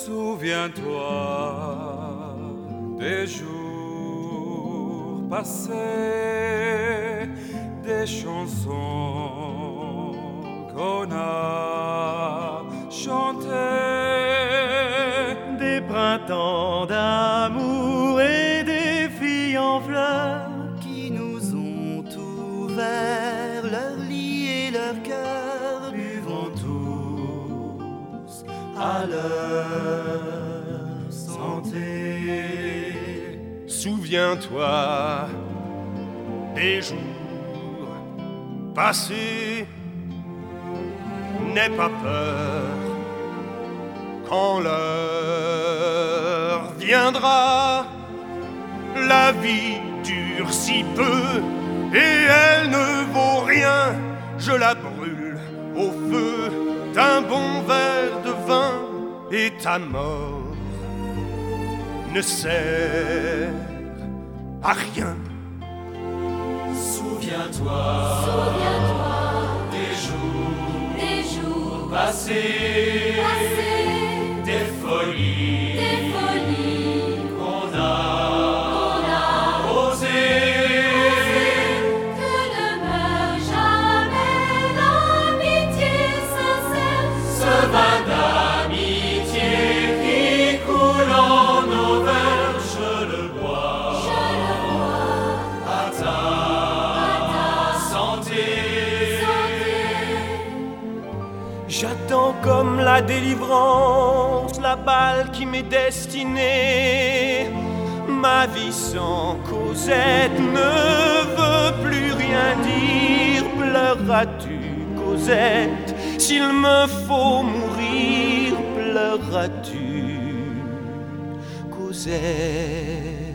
Souviens-toi des jours passés, des chansons qu'on a chantées, des printemps d'amour et des filles en fleurs qui nous ont ouvert leur lit et leur cœur, buvons tous à leur santé. Souviens-toi des jours passés, n'aie pas peur quand l'heure viendra. La vie dure si peu et elle ne vaut rien. Je la brûle au feu d'un bon verre de vin et ta mort ne sert à rien. Souviens-toi des jours passés, des folies qu'on a osées. Que ne meurt jamais l'amitié sincère, Ce vin d'amitié qui coule en nos verres, je le bois à ta santé. J'attends comme la délivrance, la balle qui m'est destinée. Ma vie sans Cosette ne veut plus rien dire. Pleureras-tu, Cosette? S'il me faut mourir, pleureras-tu, Cosette?